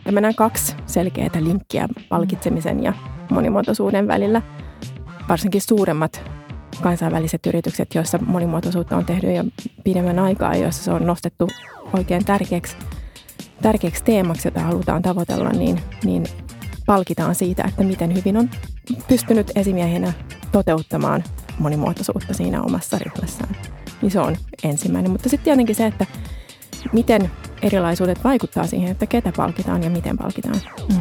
Ja mä näen kaksi selkeää linkkiä palkitsemisen ja monimuotoisuuden välillä. Varsinkin suuremmat kansainväliset yritykset, joissa monimuotoisuutta on tehty jo pidemmän aikaa, joissa se on nostettu oikein tärkeäksi teemaksi, jota halutaan tavoitella, niin palkitaan siitä, että miten hyvin on pystynyt esimiehenä toteuttamaan monimuotoisuutta siinä omassa ryhmässään. Niin se on ensimmäinen. Mutta sitten tietenkin se, että miten erilaisuudet vaikuttaa siihen, että ketä palkitaan ja miten palkitaan.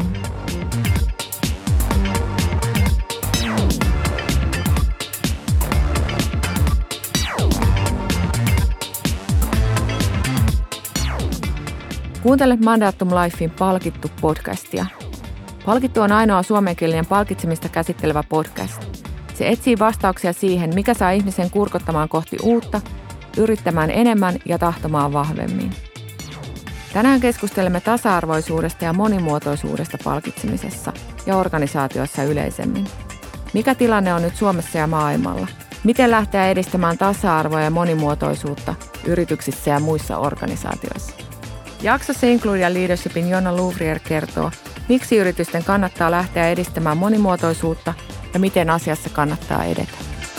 Kuuntelet Mandatum Lifein palkittu podcastia. Palkittu on ainoa suomenkielinen palkitsemista käsittelevä podcast. Se etsii vastauksia siihen, mikä saa ihmisen kurkottamaan kohti uutta, yrittämään enemmän ja tahtomaan vahvemmin. Tänään keskustelemme tasa-arvoisuudesta ja monimuotoisuudesta palkitsemisessa ja organisaatioissa yleisemmin. Mikä tilanne on nyt Suomessa ja maailmalla? Miten lähteä edistämään tasa-arvoa ja monimuotoisuutta yrityksissä ja muissa organisaatioissa? Jaksossa Include Leadershipin Jonna Louvrier kertoo, miksi yritysten kannattaa lähteä edistämään monimuotoisuutta ja miten asiassa kannattaa edetä.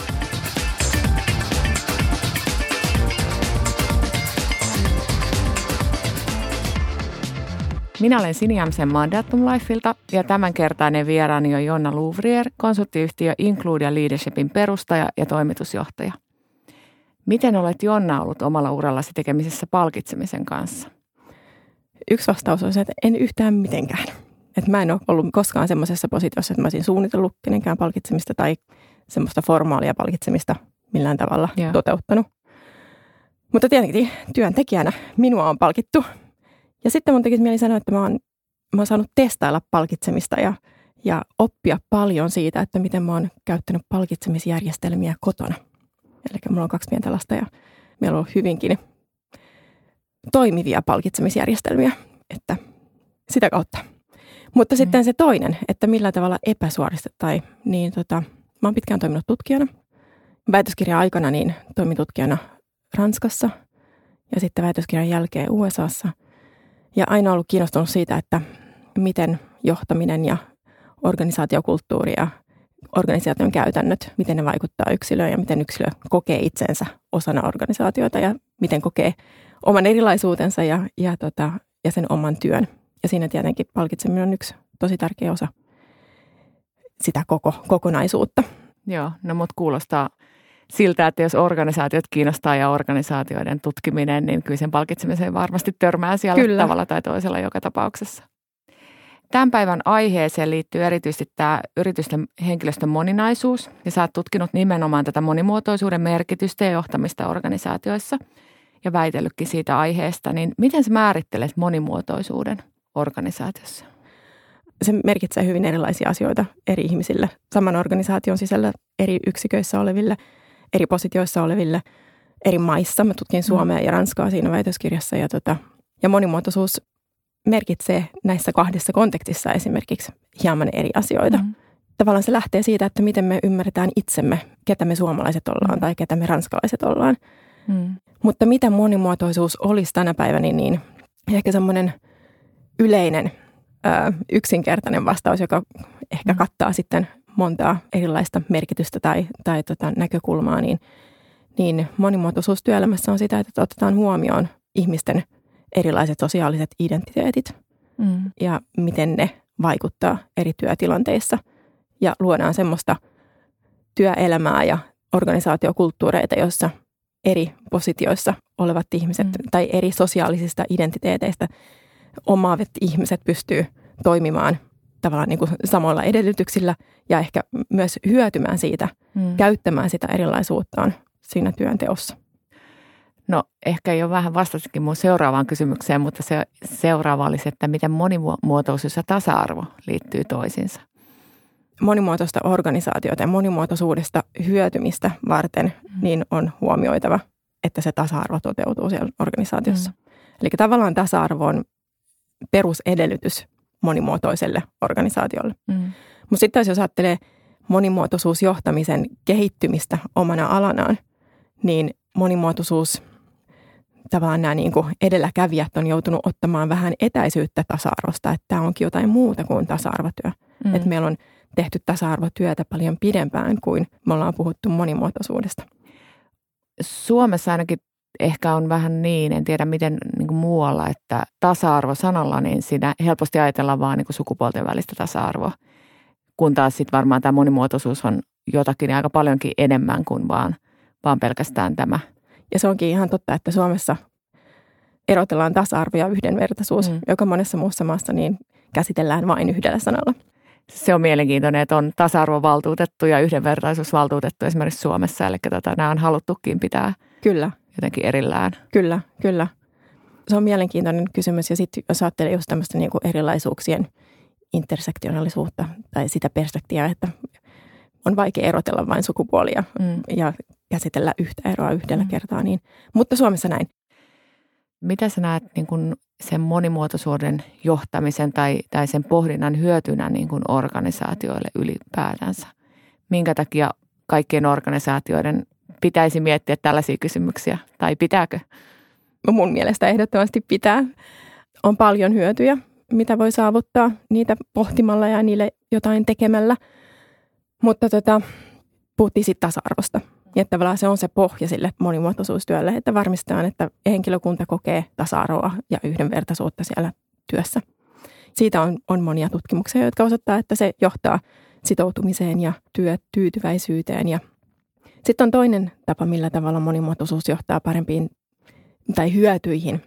Minä olen Sini Jämsen Mandatum Lifeilta ja tämänkertainen vieraani on Jonna Louvrier, konsulttiyhtiö Include Leadershipin perustaja ja toimitusjohtaja. Miten olet, Jonna, ollut omalla urallasi tekemisessä palkitsemisen kanssa? Yksi vastaus on se, että en yhtään mitenkään. Että mä en ole ollut koskaan semmoisessa positiossa, että mä olisin suunnitellut kenenkään palkitsemista tai semmoista formaalia palkitsemista millään tavalla toteuttanut. Mutta tietenkin työntekijänä minua on palkittu. Ja sitten mun tekisi mieli sanoa, että mä oon saanut testailla palkitsemista ja oppia paljon siitä, että miten mä oon käyttänyt palkitsemisjärjestelmiä kotona. Eli mulla on 2 pientä lasta ja meillä on hyvinkin toimivia palkitsemisjärjestelmiä, että sitä kautta. Mutta sitten se toinen, että millä tavalla epäsuorasti mä oon pitkään toiminut tutkijana. Väitöskirjan aikana niin toimin tutkijana Ranskassa ja sitten väitöskirjan jälkeen USAssa. Ja aina ollut kiinnostunut siitä, että miten johtaminen ja organisaatiokulttuuri ja organisaation käytännöt, miten ne vaikuttaa yksilöön ja miten yksilö kokee itsensä osana organisaatiota ja miten kokee oman erilaisuutensa ja sen oman työn. Ja siinä tietenkin palkitseminen on yksi tosi tärkeä osa sitä kokonaisuutta. Joo, no mut kuulostaa siltä, että jos organisaatiot kiinnostaa ja organisaatioiden tutkiminen, niin kyllä sen palkitsemiseen varmasti törmää siellä tavalla tai toisella joka tapauksessa. Tämän päivän aiheeseen liittyy erityisesti tämä yritysten henkilöstön moninaisuus. Ja sä oot tutkinut nimenomaan tätä monimuotoisuuden merkitystä ja johtamista organisaatioissa ja väitellytkin siitä aiheesta. Niin miten sä määrittelet monimuotoisuuden organisaatiossa? Se merkitsee hyvin erilaisia asioita eri ihmisille, saman organisaation sisällä eri yksiköissä oleville, eri positioissa oleville, eri maissa. Mä tutkin Suomea ja Ranskaa siinä väitöskirjassa ja monimuotoisuus merkitsee näissä 2 kontekstissa esimerkiksi hieman eri asioita. Tavallaan se lähtee siitä, että miten me ymmärretään itsemme, ketä me suomalaiset ollaan tai ketä me ranskalaiset ollaan. Mutta mitä monimuotoisuus olisi tänä päivänä, niin ehkä semmoinen yleinen, yksinkertainen vastaus, joka ehkä kattaa sitten montaa erilaista merkitystä tai näkökulmaa, niin monimuotoisuus työelämässä on sitä, että otetaan huomioon ihmisten erilaiset sosiaaliset identiteetit ja miten ne vaikuttaa eri työtilanteissa ja luodaan semmoista työelämää ja organisaatiokulttuureita, jossa eri positioissa olevat ihmiset tai eri sosiaalisista identiteeteistä omaavat ihmiset pystyy toimimaan tavallaan niin kuin samoilla edellytyksillä ja ehkä myös hyötymään siitä, käyttämään sitä erilaisuuttaan siinä työnteossa. No ehkä jo vähän vastasitkin mun seuraavaan kysymykseen, mutta se seuraava olisi, että miten monimuotoisuus ja tasa-arvo liittyy toisiinsa. Monimuotoista organisaatiota ja monimuotoisuudesta hyötymistä varten niin on huomioitava, että se tasa-arvo toteutuu siellä organisaatiossa. Eli tavallaan tasa-arvo on perusedellytys monimuotoiselle organisaatiolle. Mutta sitten jos ajattelee monimuotoisuusjohtamisen kehittymistä omana alanaan, niin monimuotoisuus tavallaan nämä niin kuin edelläkävijät on joutunut ottamaan vähän etäisyyttä tasa-arvosta, että tämä onkin jotain muuta kuin tasa-arvotyö. Että meillä on tehty tasa-arvotyötä paljon pidempään kuin me ollaan puhuttu monimuotoisuudesta. Suomessa ainakin ehkä on vähän niin, en tiedä miten niin kuin muualla, että tasa-arvo-sanalla, niin siinä helposti ajatellaan vaan niin kuin sukupuolten välistä tasa-arvoa. Kun taas sitten varmaan tämä monimuotoisuus on jotakin aika paljonkin enemmän kuin vaan pelkästään tämä. Ja se onkin ihan totta, että Suomessa erotellaan tasa-arvo ja yhdenvertaisuus, joka monessa muussa maassa niin käsitellään vain yhdellä sanalla. Se on mielenkiintoinen, että on tasa-arvovaltuutettu ja yhdenvertaisuusvaltuutettu esimerkiksi Suomessa. Eli nämä on haluttukin pitää Kyllä. jotenkin erillään. Kyllä. Se on mielenkiintoinen kysymys. Ja sitten jos ajattelee just tämmöistä niin kuin erilaisuuksien intersektionaalisuutta tai sitä perspektiiviä, että on vaikea erotella vain sukupuolia ja käsitellä yhtä eroa yhdellä kertaa. Niin. Mutta Suomessa näin. Mitä sä näet niin kuin sen monimuotoisuuden johtamisen tai sen pohdinnan hyötynä niin kuin organisaatioille ylipäätänsä? Minkä takia kaikkien organisaatioiden pitäisi miettiä tällaisia kysymyksiä tai pitääkö? Mun mielestä ehdottomasti pitää. On paljon hyötyjä, mitä voi saavuttaa niitä pohtimalla ja niille jotain tekemällä. Mutta puhuttiin sitten tasa-arvosta. Ja tavallaan se on se pohja sille monimuotoisuustyölle, että varmistetaan, että henkilökunta kokee tasa-arvoa ja yhdenvertaisuutta siellä työssä. Siitä on monia tutkimuksia, jotka osoittaa, että se johtaa sitoutumiseen ja työtyytyväisyyteen. Ja sitten on toinen tapa, millä tavalla monimuotoisuus johtaa parempiin tai hyötyihin.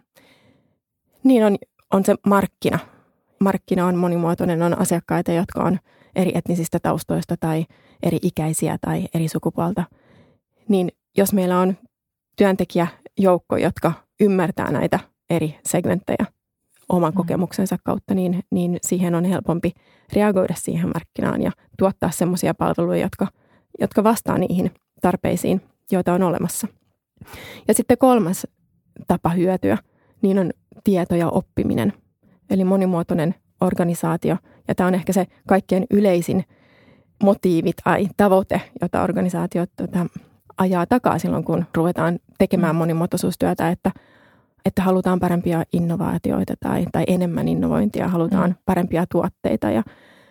Niin on se markkina. Markkina on monimuotoinen, on asiakkaita, jotka on eri etnisistä taustoista tai eri ikäisiä tai eri sukupuolta. Niin jos meillä on työntekijäjoukko, jotka ymmärtää näitä eri segmenttejä oman kokemuksensa kautta, niin siihen on helpompi reagoida siihen markkinaan ja tuottaa semmoisia palveluja, jotka vastaa niihin tarpeisiin, joita on olemassa. Ja sitten kolmas tapa hyötyä, niin on tieto ja oppiminen. Eli monimuotoinen organisaatio. Ja tämä on ehkä se kaikkein yleisin motiivi tai tavoite, jota organisaatiot ajaa takaa silloin, kun ruvetaan tekemään monimuotoisuustyötä, että halutaan parempia innovaatioita tai enemmän innovointia, halutaan parempia tuotteita. Ja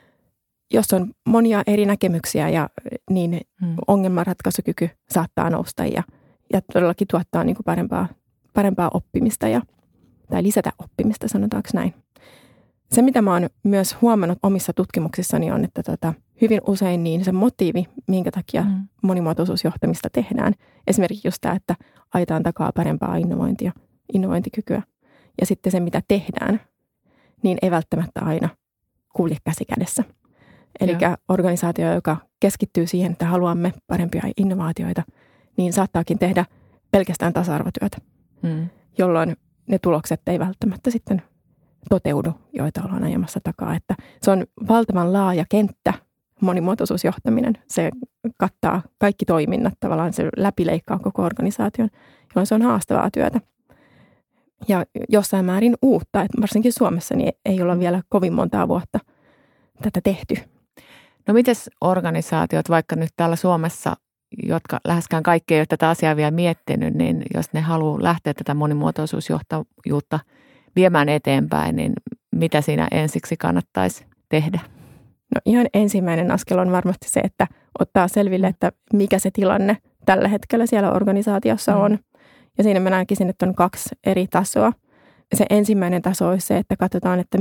jos on monia eri näkemyksiä, niin ongelmanratkaisukyky saattaa nousta ja todellakin tuottaa niin kuin parempaa oppimista tai lisätä oppimista, sanotaanko näin. Se, mitä mä oon myös huomannut omissa tutkimuksissani on, että hyvin usein niin se motiivi, minkä takia monimuotoisuusjohtamista tehdään, esimerkiksi just tämä, että ajetaan takaa parempaa innovointikykyä. Ja sitten se, mitä tehdään, niin ei välttämättä aina kulje käsi kädessä. Eli organisaatio, joka keskittyy siihen, että haluamme parempia innovaatioita, niin saattaakin tehdä pelkästään tasa-arvotyötä, jolloin ne tulokset ei välttämättä sitten toteudu, joita ollaan ajamassa takaa. Että se on valtavan laaja kenttä, monimuotoisuusjohtaminen. Se kattaa kaikki toiminnat, tavallaan se läpileikkaa koko organisaation, jolloin se on haastavaa työtä. Ja jossain määrin uutta, että varsinkin Suomessa niin ei olla vielä kovin montaa vuotta tätä tehty. No mites organisaatiot, vaikka nyt täällä Suomessa, jotka läheskään kaikki ei ole tätä asiaa vielä miettinyt, niin jos ne haluaa lähteä tätä monimuotoisuusjohtajuutta viemään eteenpäin, niin mitä siinä ensiksi kannattaisi tehdä? No ihan ensimmäinen askel on varmasti se, että ottaa selville, että mikä se tilanne tällä hetkellä siellä organisaatiossa on. Ja siinä mä näkisin, että on 2 eri tasoa. Se ensimmäinen taso olisi se, että katsotaan, että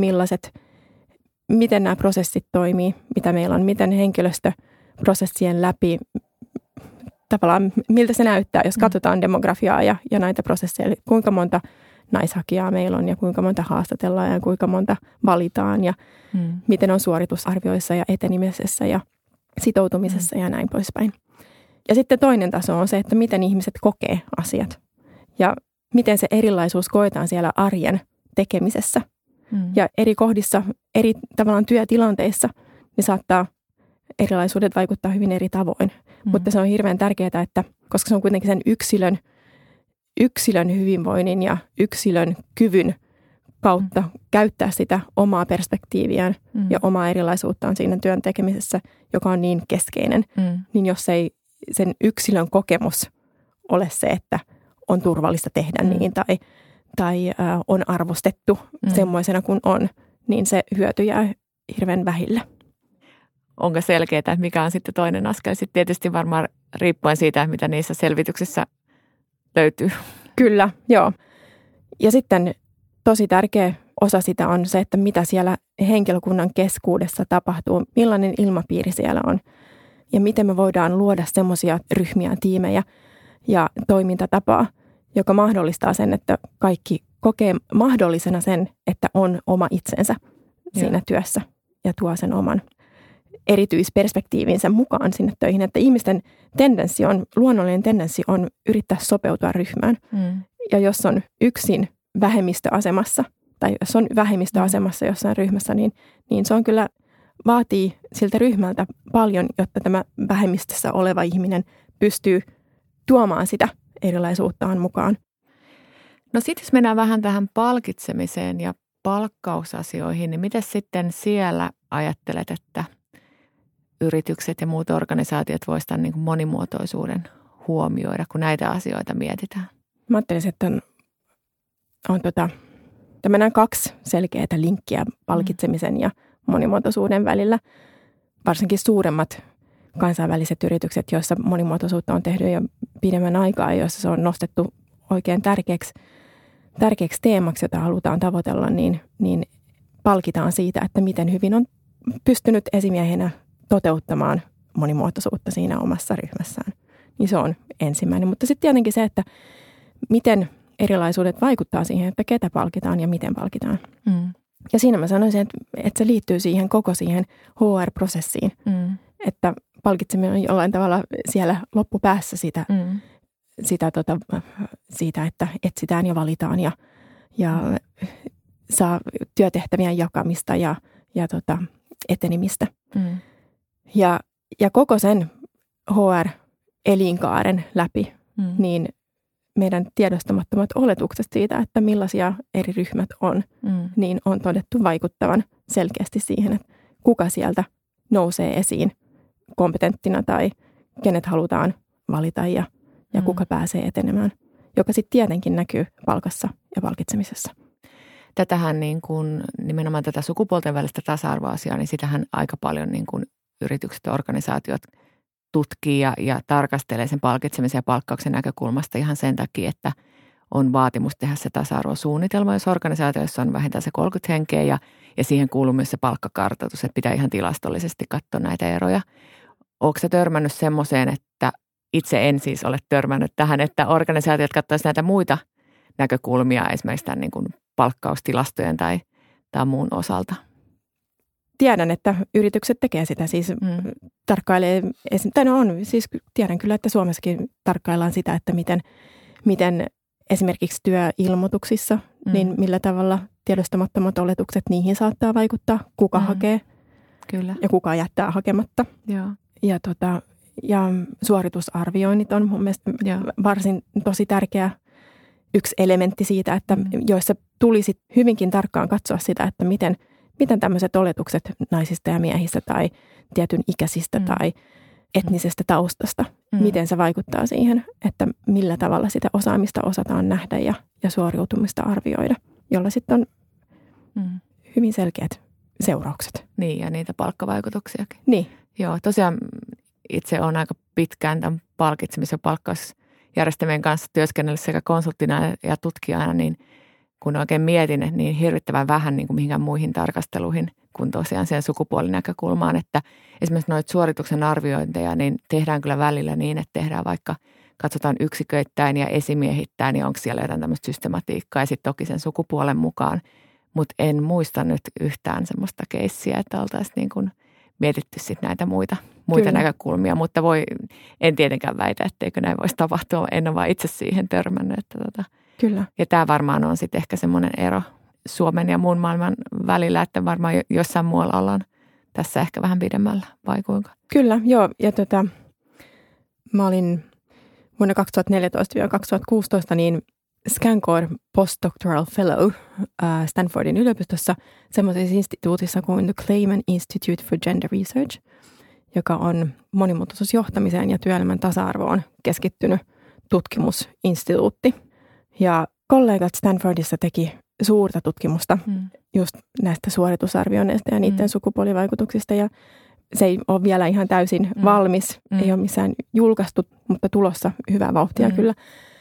miten nämä prosessit toimii, mitä meillä on, miten henkilöstöprosessien läpi, tavallaan miltä se näyttää, jos katsotaan demografiaa ja näitä prosesseja, eli kuinka monta naishakijaa meillä on ja kuinka monta haastatellaan ja kuinka monta valitaan ja miten on suoritusarvioissa ja etenemisessä ja sitoutumisessa ja näin poispäin. Ja sitten toinen taso on se, että miten ihmiset kokee asiat ja miten se erilaisuus koetaan siellä arjen tekemisessä. Ja eri kohdissa, eri tavallaan työtilanteissa, niin saattaa erilaisuudet vaikuttaa hyvin eri tavoin. Mutta se on hirveän tärkeää, että koska se on kuitenkin sen yksilön hyvinvoinnin ja yksilön kyvyn kautta käyttää sitä omaa perspektiiviään ja omaa erilaisuuttaan siinä työn tekemisessä, joka on niin keskeinen, niin jos ei sen yksilön kokemus ole se, että on turvallista tehdä niin tai on arvostettu semmoisena kuin on, niin se hyöty jää hirveän vähille. Onko selkeää, että mikä on sitten toinen askel? Sitten tietysti varmaan riippuen siitä, mitä niissä selvityksissä löytyy. Kyllä, joo. Ja sitten tosi tärkeä osa sitä on se, että mitä siellä henkilökunnan keskuudessa tapahtuu, millainen ilmapiiri siellä on ja miten me voidaan luoda semmoisia ryhmiä, tiimejä ja toimintatapaa, joka mahdollistaa sen, että kaikki kokee mahdollisena sen, että on oma itsensä siinä työssä ja tuo sen oman erityisperspektiivinsä mukaan sinne töihin. Että ihmisten luonnollinen tendenssi on yrittää sopeutua ryhmään. Ja jos on yksin vähemmistöasemassa tai jos on vähemmistöasemassa jossain ryhmässä, niin se on kyllä vaatii siltä ryhmältä paljon, jotta tämä vähemmistössä oleva ihminen pystyy tuomaan sitä erilaisuuttaan mukaan. No sitten jos mennään vähän tähän palkitsemiseen ja palkkausasioihin, niin miten sitten siellä ajattelet, että yritykset ja muut organisaatiot voisivat tämän niin kuin monimuotoisuuden huomioida, kun näitä asioita mietitään? Mä ajattelisin, että on tämmöinen 2 selkeää linkkiä palkitsemisen ja monimuotoisuuden välillä. Varsinkin suuremmat kansainväliset yritykset, joissa monimuotoisuutta on tehty jo pidemmän aikaa ja joissa se on nostettu oikein tärkeäksi teemaksi, jota halutaan tavoitella, niin palkitaan siitä, että miten hyvin on pystynyt esimiehenä toteuttamaan monimuotoisuutta siinä omassa ryhmässään. Niin se on ensimmäinen. Mutta sitten tietenkin se, että miten erilaisuudet vaikuttaa siihen, että ketä palkitaan ja miten palkitaan. Ja siinä mä sanoisin, että se liittyy koko siihen HR-prosessiin, että palkitseminen on jollain tavalla siellä loppupäässä siitä, että etsitään ja valitaan ja saa työtehtävien jakamista ja etenemistä. Ja koko sen HR-elinkaaren läpi, niin meidän tiedostamattomat oletukset siitä, että millaisia eri ryhmät on, niin on todettu vaikuttavan selkeästi siihen, että kuka sieltä nousee esiin kompetenttina tai kenet halutaan valita ja kuka pääsee etenemään, joka sitten tietenkin näkyy palkassa ja palkitsemisessa. Tätähän niin kuin, nimenomaan tätä sukupuolten välistä tasa-arvoasiaa, niin sitähän aika paljon niin kuin yritykset ja organisaatiot tutkii ja tarkastelee sen palkitsemisen ja palkkauksen näkökulmasta ihan sen takia, että on vaatimus tehdä se tasa-arvosuunnitelma, jos organisaatioissa on vähintään se 30 henkeä ja siihen kuuluu myös se palkkakartoitus, että pitää ihan tilastollisesti katsoa näitä eroja. Oletko sä törmännyt semmoiseen, että itse en siis ole törmännyt tähän, että organisaatiot katsoisivat näitä muita näkökulmia esimerkiksi tämän niin kuin palkkaustilastojen tai muun osalta? Tiedän, että yritykset tekee sitä, siis tarkkailee, siis tiedän kyllä, että Suomessakin tarkkaillaan sitä, että miten esimerkiksi työilmoituksissa, niin millä tavalla tiedostamattomat oletukset niihin saattaa vaikuttaa, kuka hakee kyllä. Ja kuka jättää hakematta. Joo. Ja suoritusarvioinnit on mun mielestä varsin tosi tärkeä yksi elementti siitä, että joissa tulisi hyvinkin tarkkaan katsoa sitä, että miten tämmöiset oletukset naisista ja miehistä tai tietyn ikäisistä tai etnisestä taustasta, miten se vaikuttaa siihen, että millä tavalla sitä osaamista osataan nähdä ja suoriutumista arvioida, jolla sitten on hyvin selkeät seuraukset. Niin, ja niitä palkkavaikutuksiakin. Niin. Joo, tosiaan itse olen aika pitkään tämän palkitsemis- ja palkkausjärjestelmien kanssa työskennellyt sekä konsulttina ja tutkijana, niin kun oikein mietin, että niin hirvittävän vähän niin kuin mihinkään muihin tarkasteluihin kuin tosiaan siihen sukupuolinäkökulmaan, että esimerkiksi noita suorituksen arviointeja niin tehdään kyllä välillä niin, että tehdään vaikka katsotaan yksiköittäin ja esimiehittäin ja onko siellä jotain tämmöistä systematiikkaa ja sitten toki sen sukupuolen mukaan, mutta en muista nyt yhtään semmoista keissiä, että oltaisiin niin kuin mietitty sitten näitä muita näkökulmia, mutta en tietenkään väitä, etteikö näin voisi tapahtua, en ole vaan itse siihen törmännyt. Kyllä. Ja tämä varmaan on sitten ehkä semmoinen ero Suomen ja muun maailman välillä, että varmaan jossain muualla ollaan tässä ehkä vähän pidemmällä, vai kuinka? Kyllä, joo. Ja mä olin vuonna 2014-2016 niin Scancor Postdoctoral Fellow Stanfordin yliopistossa semmoisessa instituutissa kuin The Clayman Institute for Gender Research, joka on monimuotoisuusjohtamiseen ja työelämän tasa-arvoon keskittynyt tutkimusinstituutti. Ja kollegat Stanfordissa teki suurta tutkimusta just näistä suoritusarvioinneista ja niiden sukupuolivaikutuksista. Ja se ei ole vielä ihan täysin valmis, ei ole missään julkaistu, mutta tulossa hyvää vauhtia kyllä.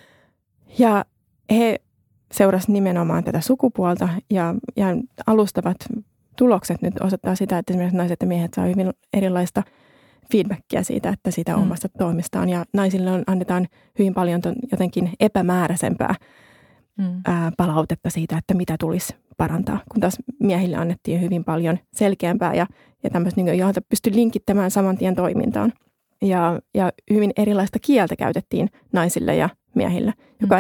Ja he seurasivat nimenomaan tätä sukupuolta ja alustavat tulokset nyt osoittaa sitä, että esimerkiksi naiset ja miehet saa hyvin erilaista feedbackia siitä, että siitä omasta toimistaan. Ja naisille annetaan hyvin paljon jotenkin epämääräisempää palautetta siitä, että mitä tulisi parantaa. Kun taas miehille annettiin hyvin paljon selkeämpää ja tämmöistä, johon pystyi linkittämään saman tien toimintaan. Ja hyvin erilaista kieltä käytettiin naisille ja miehille, joka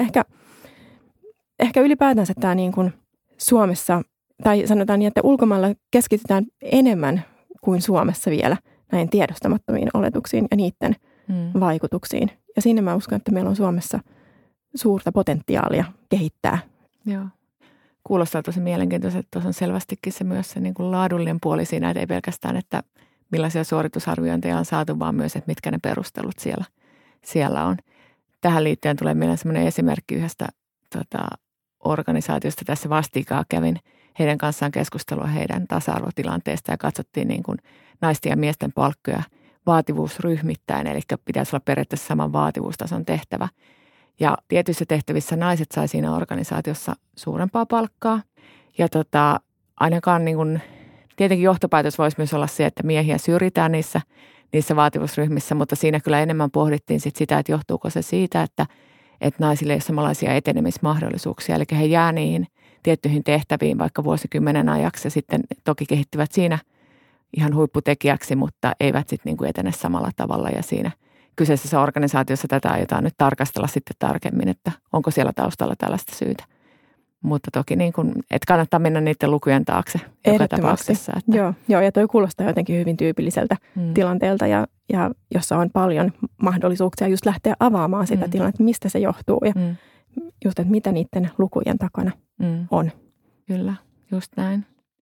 ehkä ylipäätänsä tämä niin kuin Suomessa, tai sanotaan niin, että ulkomailla keskitytään enemmän kuin Suomessa vielä näin tiedostamattomiin oletuksiin ja niiden vaikutuksiin. Ja siinä mä uskon, että meillä on Suomessa suurta potentiaalia kehittää. Joo. Kuulostaa tosi mielenkiintoista, että tuossa on selvästikin se myös se niin kuin laadullinen puoli siinä, että ei pelkästään, että millaisia suoritusarviointeja on saatu, vaan myös, että mitkä ne perustelut siellä on. Tähän liittyen tulee mieleen sellainen esimerkki yhdestä organisaatiosta. Tässä vastikään kävin heidän kanssaan keskustelua heidän tasa-arvotilanteesta ja katsottiin niin kuin naisten ja miesten palkkoja vaativuusryhmittäin, eli pitäisi olla periaatteessa saman vaativuustason tehtävä. Ja tietyissä tehtävissä naiset sai siinä organisaatiossa suurempaa palkkaa. Ja ainakaan niin kuin, tietenkin johtopäätös voisi myös olla se, että miehiä syrjitään niissä vaativuusryhmissä, mutta siinä kyllä enemmän pohdittiin sitä, että johtuuko se siitä, että naisille ei ole samanlaisia etenemismahdollisuuksia. Eli he jää niihin tiettyihin tehtäviin vaikka vuosikymmenen ajaksi ja sitten toki kehittyvät siinä ihan huipputekijäksi, mutta eivät sitten niin kuin etene samalla tavalla ja siinä kyseisessä organisaatiossa tätä aiotaan nyt tarkastella sitten tarkemmin, että onko siellä taustalla tällaista syytä. Mutta toki niin kuin, että kannattaa mennä niiden lukujen taakse joka tapauksessa. Että Joo, ja toi kuulostaa jotenkin hyvin tyypilliseltä tilanteelta, ja jossa on paljon mahdollisuuksia just lähteä avaamaan sitä tilannetta, mistä se johtuu ja just, että mitä niiden lukujen takana on. Kyllä, just näin.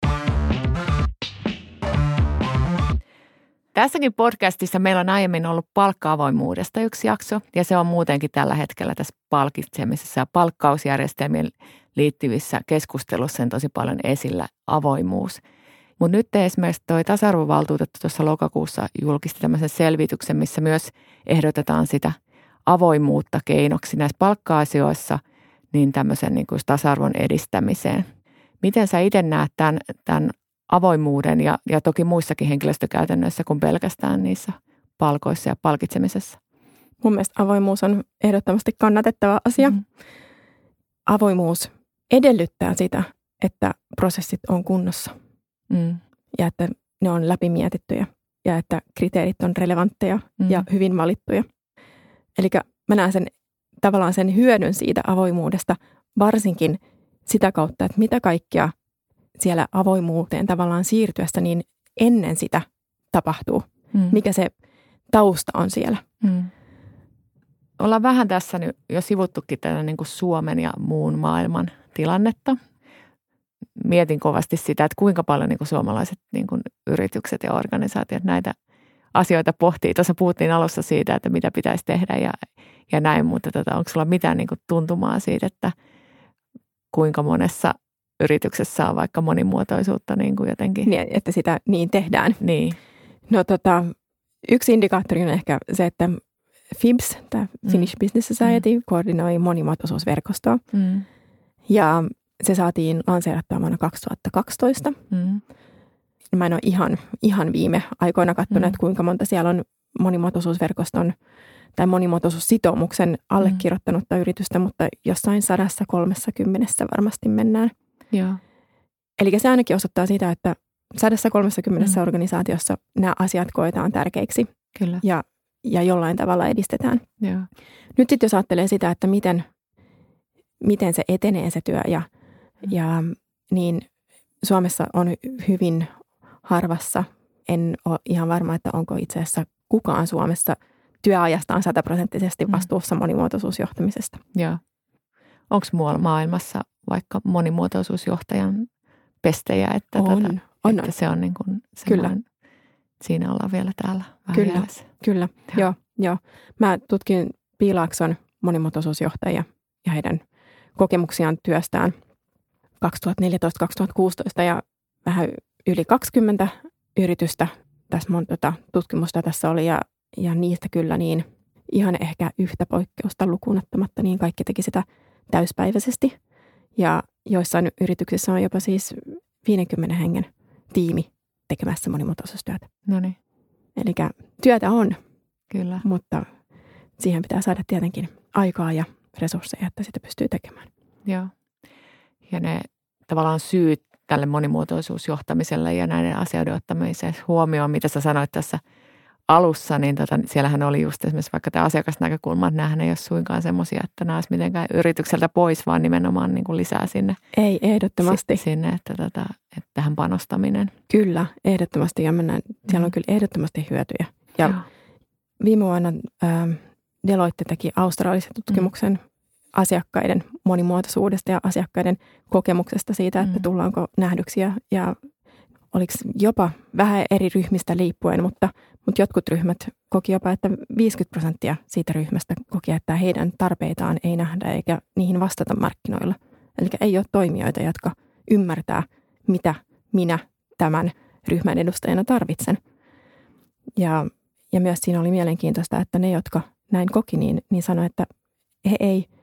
Tässäkin podcastissa meillä on aiemmin ollut palkka-avoimuudesta yksi jakso, ja se on muutenkin tällä hetkellä tässä palkitsemisessa ja palkkausjärjestelmien liittyvissä keskustelussa on tosi paljon esillä avoimuus. Mutta nyt esimerkiksi toi tasa-arvovaltuutettu tuossa lokakuussa julkisti tämmöisen selvityksen, missä myös ehdotetaan sitä avoimuutta keinoksi näissä palkka-asioissa niin tämmöisen niin kuin tasa-arvon edistämiseen. Miten sä itse näet tämän avoimuuden ja toki muissakin henkilöstökäytännöissä kuin pelkästään niissä palkoissa ja palkitsemisessa? Mun mielestä avoimuus on ehdottomasti kannatettava asia. Avoimuus edellyttää sitä, että prosessit on kunnossa ja että ne on läpimietittyjä ja että kriteerit on relevantteja ja hyvin valittuja. Eli mä näen tavallaan sen hyödyn siitä avoimuudesta varsinkin sitä kautta, että mitä kaikkea siellä avoimuuteen tavallaan siirtyessä niin ennen sitä tapahtuu. Mikä se tausta on siellä. Ollaan vähän tässä nyt jo sivuttukin tätä niin kuin Suomen ja muun maailman tilannetta. Mietin kovasti sitä, että kuinka paljon niin kuin suomalaiset niin kuin yritykset ja organisaatiot näitä asioita pohtii. Tuossa puhuttiin alussa siitä, että mitä pitäisi tehdä ja näin, mutta onko sulla mitään niin kuin tuntumaa siitä, että kuinka monessa yrityksessä on vaikka monimuotoisuutta niin kuin jotenkin? Niin, että sitä niin tehdään. Niin. No yksi indikaattori on ehkä se, että FIBS, tämä Finnish Business Society, koordinoi monimuotoisuusverkostoa. Ja se saatiin lanseerattua vuonna 2012. Mä en ole ihan viime aikoina katsonut, että kuinka monta siellä on monimuotoisuusverkoston tai monimuotoisuussitoumuksen allekirjoittanutta yritystä, mutta jossain 130 varmasti mennään. Joo. Eli se ainakin osoittaa sitä, että 130 organisaatiossa nämä asiat koetaan tärkeiksi. Kyllä. Ja jollain tavalla edistetään. Joo. Nyt sitten jos ajattelee sitä, että miten se etenee se työ ja niin Suomessa on hyvin harvassa, en ole ihan varma, että onko itse asiassa kukaan Suomessa työajastaan 100% vastuussa monimuotoisuusjohtamisesta. Joo. Onko muualla maailmassa vaikka monimuotoisuusjohtajan pestejä, että että se on niin kuin semmoinen, siinä ollaan vielä täällä vähän jäljessä. Kyllä. Joo. Mä tutkin Piilaakson monimuotoisuusjohtajia ja heidän kokemuksiaan työstään 2014-2016 ja vähän yli 20 yritystä tässä tutkimusta tässä oli ja niistä kyllä niin ihan ehkä yhtä poikkeusta lukuun ottamatta, niin kaikki teki sitä täyspäiväisesti. Ja joissain yrityksissä on jopa siis 50 hengen tiimi tekemässä monimuotoisuustyötä. No niin. Eli työtä on, kyllä. Mutta siihen pitää saada tietenkin aikaa ja resursseja, että sitä pystyy tekemään. Joo. Ja ne tavallaan syyt tälle monimuotoisuusjohtamiselle ja näiden asioiden ottamiseen huomioon, mitä sä sanoit tässä alussa, niin siellähän oli just esimerkiksi vaikka tämä asiakasnäkökulma, että näähän ei ole suinkaan semmoisia, että nämä olisi mitenkään yritykseltä pois, vaan nimenomaan niin kuin lisää sinne. Ei, ehdottomasti. Sinne, että tähän panostaminen. Kyllä, ehdottomasti. Ja siellä on kyllä ehdottomasti hyötyjä. Ja viime vuonna Deloitte teki austraalisen tutkimuksen asiakkaiden monimuotoisuudesta ja asiakkaiden kokemuksesta siitä, että tullaanko nähdyksiä ja oliko jopa vähän eri ryhmistä liippuen, mutta jotkut ryhmät koki jopa, että 50% siitä ryhmästä koki, että heidän tarpeitaan ei nähdä eikä niihin vastata markkinoilla. Eli ei ole toimijoita, jotka ymmärtää, mitä minä tämän ryhmän edustajana tarvitsen. Ja myös siinä oli mielenkiintoista, että ne, jotka näin koki, niin sanoi, että he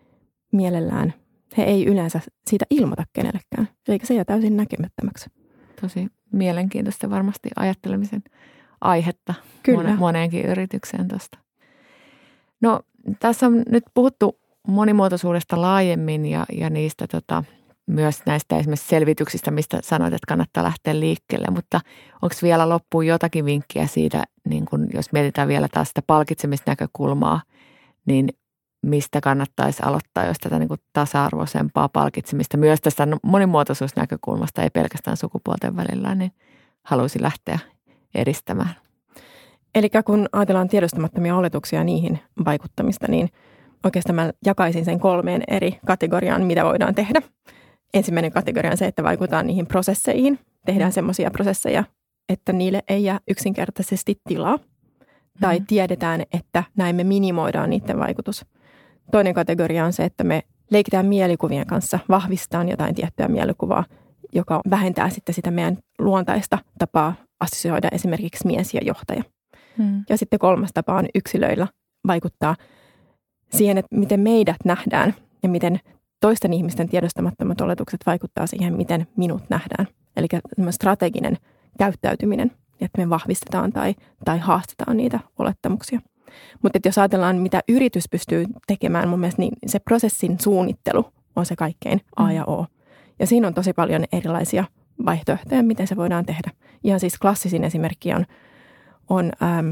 ei yleensä siitä ilmoita kenellekään. Eli se jää täysin näkemättömäksi. Tosi mielenkiintoista varmasti ajattelemisen aihetta moneenkin yritykseen tuosta. No tässä on nyt puhuttu monimuotoisuudesta laajemmin ja niistä myös näistä esimerkiksi selvityksistä, mistä sanoit, että kannattaa lähteä liikkeelle, mutta onko vielä loppuun jotakin vinkkiä siitä, niin kun jos mietitään vielä taas sitä palkitsemisnäkökulmaa, niin mistä kannattaisi aloittaa, jos tätä niin kuin tasa-arvoisempaa palkitsemista myös tästä monimuotoisuusnäkökulmasta, ei pelkästään sukupuolten välillä, niin haluaisin lähteä edistämään. Eli kun ajatellaan tiedostamattomia oletuksia niihin vaikuttamista, niin oikeastaan mä jakaisin sen 3 eri kategoriaan, mitä voidaan tehdä. Ensimmäinen kategoria on se, että vaikutaan niihin prosesseihin. Tehdään semmoisia prosesseja, että niille ei jää yksinkertaisesti tilaa. Tai tiedetään, että näin me minimoidaan niiden vaikutus. Toinen kategoria on se, että me leikitään mielikuvien kanssa, vahvistetaan jotain tiettyä mielikuvaa, joka vähentää sitten sitä meidän luontaista tapaa assosioida esimerkiksi mies ja johtaja. Ja sitten 3. tapa on yksilöillä vaikuttaa siihen, että miten meidät nähdään ja miten toisten ihmisten tiedostamattomat oletukset vaikuttaa siihen, miten minut nähdään. Eli strateginen käyttäytyminen, että me vahvistetaan tai haastetaan niitä olettamuksia. Mutta jos ajatellaan, mitä yritys pystyy tekemään, mun mielestä niin se prosessin suunnittelu on se kaikkein A ja O. Ja siinä on tosi paljon erilaisia vaihtoehtoja, miten se voidaan tehdä. Ihan siis klassisin esimerkki on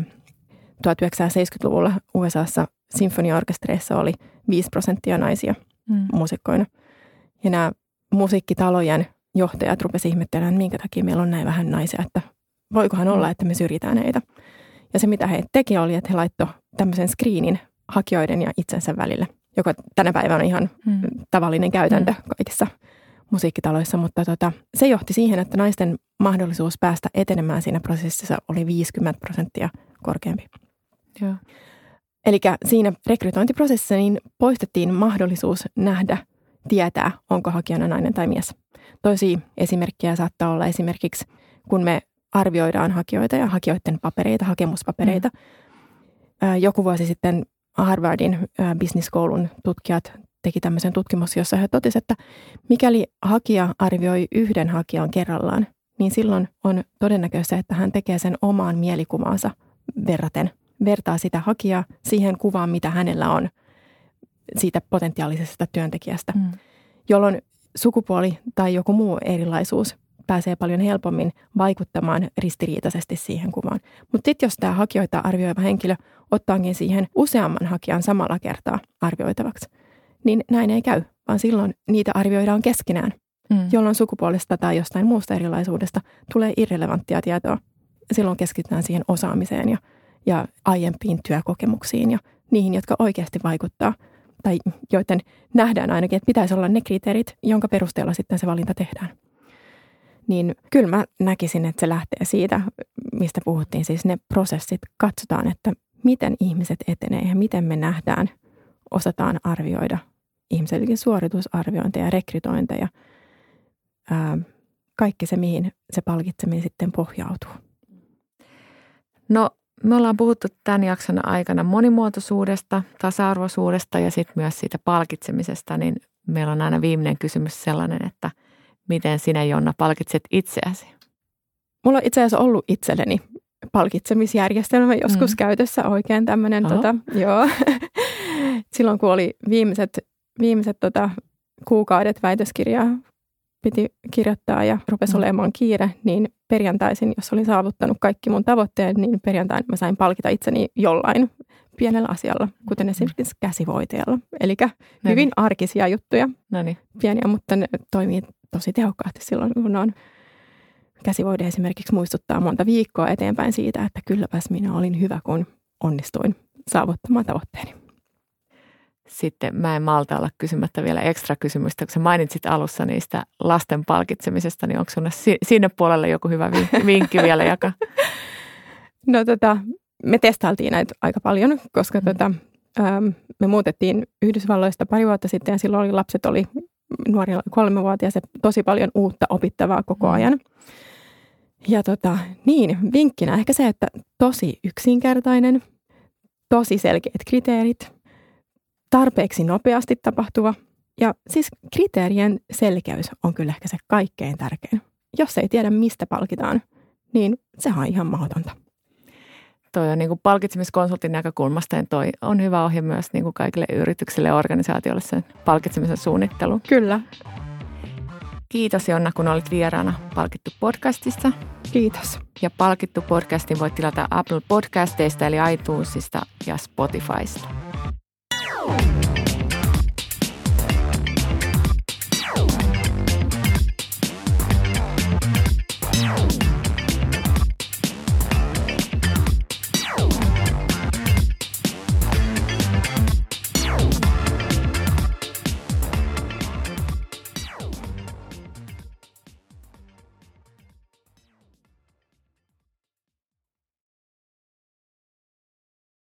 1970-luvulla USAssa sinfoniaorkestereissa oli 5% naisia muusikkoina. Ja nämä musiikkitalojen johtajat rupesivat ihmettelemään, että minkä takia meillä on näin vähän naisia, että voikohan olla, että me syrjitään heitä. Ja se, mitä he teki, oli, että he laittoi tämmöisen screenin hakijoiden ja itsensä välille, joka tänä päivänä on ihan tavallinen käytäntö kaikissa musiikkitaloissa. Mutta se johti siihen, että naisten mahdollisuus päästä etenemään siinä prosessissa oli 50% korkeampi. Joo. Eli siinä rekrytointiprosessissa niin poistettiin mahdollisuus nähdä, tietää, onko hakijana nainen tai mies. Toisia esimerkkejä saattaa olla esimerkiksi, kun me arvioidaan hakijoita ja hakijoiden papereita, hakemuspapereita. Joku vuosi sitten Harvardin Business Schoolun tutkijat teki tämmöisen tutkimuksen, jossa he totesivat, että mikäli hakija arvioi yhden hakijan kerrallaan, niin silloin on todennäköistä, että hän tekee sen omaan mielikuvaansa verraten. Vertaa sitä hakijaa siihen kuvaan, mitä hänellä on siitä potentiaalisesta työntekijästä, jolloin sukupuoli tai joku muu erilaisuus pääsee paljon helpommin vaikuttamaan ristiriitaisesti siihen kuvaan. Mutta sitten jos tämä hakijoita arvioiva henkilö ottaakin siihen useamman hakijan samalla kertaa arvioitavaksi, niin näin ei käy, vaan silloin niitä arvioidaan keskenään, jolloin sukupuolesta tai jostain muusta erilaisuudesta tulee irrelevanttia tietoa. Silloin keskitytään siihen osaamiseen ja aiempiin työkokemuksiin ja niihin, jotka oikeasti vaikuttaa tai joiden nähdään ainakin, että pitäisi olla ne kriteerit, jonka perusteella sitten se valinta tehdään. Niin kyllä mä näkisin, että se lähtee siitä, mistä puhuttiin, siis ne prosessit. Katsotaan, että miten ihmiset etenee ja miten me nähdään osataan arvioida ihmisellekin suoritusarviointeja ja rekrytointeja. Kaikki se, mihin se palkitseminen sitten pohjautuu. No, me ollaan puhuttu tämän jakson aikana monimuotoisuudesta, tasa-arvoisuudesta ja sitten myös siitä palkitsemisesta, niin meillä on aina viimeinen kysymys sellainen, että miten sinä, Jonna, palkitset itseäsi? Mulla on itse asiassa ollut itselleni palkitsemisjärjestelmä joskus käytössä oikein tämmöinen. Joo. Silloin kun oli viimeiset kuukaudet väitöskirjaa piti kirjoittaa ja rupesi olemaan kiire, niin perjantaisin, jos olin saavuttanut kaikki mun tavoitteet, niin perjantain mä sain palkita itseni jollain pienellä asialla, kuten esimerkiksi käsivoiteella. Eli hyvin arkisia juttuja, pieniä, mutta ne toimii tosi tehokkaasti silloin, kun on käsivoide esimerkiksi muistuttaa monta viikkoa eteenpäin siitä, että kylläpäs minä olin hyvä, kun onnistuin saavuttamaan tavoitteeni. Sitten mä en malta olla kysymättä vielä ekstra kysymystä, kun sä mainitsit alussa niistä lasten palkitsemisesta, niin onko sinulla sinne puolelle joku hyvä vinkki vielä jakaa? No me testailtiin näitä aika paljon, koska me muutettiin Yhdysvalloista pari vuotta sitten ja silloin lapset oli nuorilla 3-vuotiaat ja tosi paljon uutta opittavaa koko ajan. Ja vinkkinä ehkä se, että tosi yksinkertainen, tosi selkeät kriteerit, tarpeeksi nopeasti tapahtuva ja siis kriteerien selkeys on kyllä ehkä se kaikkein tärkein. Jos ei tiedä, mistä palkitaan, niin sehän on ihan mahdotonta. Toi on niin kuin palkitsemiskonsultin näkökulmasta, niin toi on hyvä ohje myös niin kuin kaikille yrityksille ja organisaatioille sen palkitsemisen suunnittelu. Kyllä. Kiitos, Jonna, kun olit vieraana Palkittu podcastissa. Kiitos. Ja Palkittu podcastin voit tilata Apple Podcasteista eli iTunesista ja Spotifysta.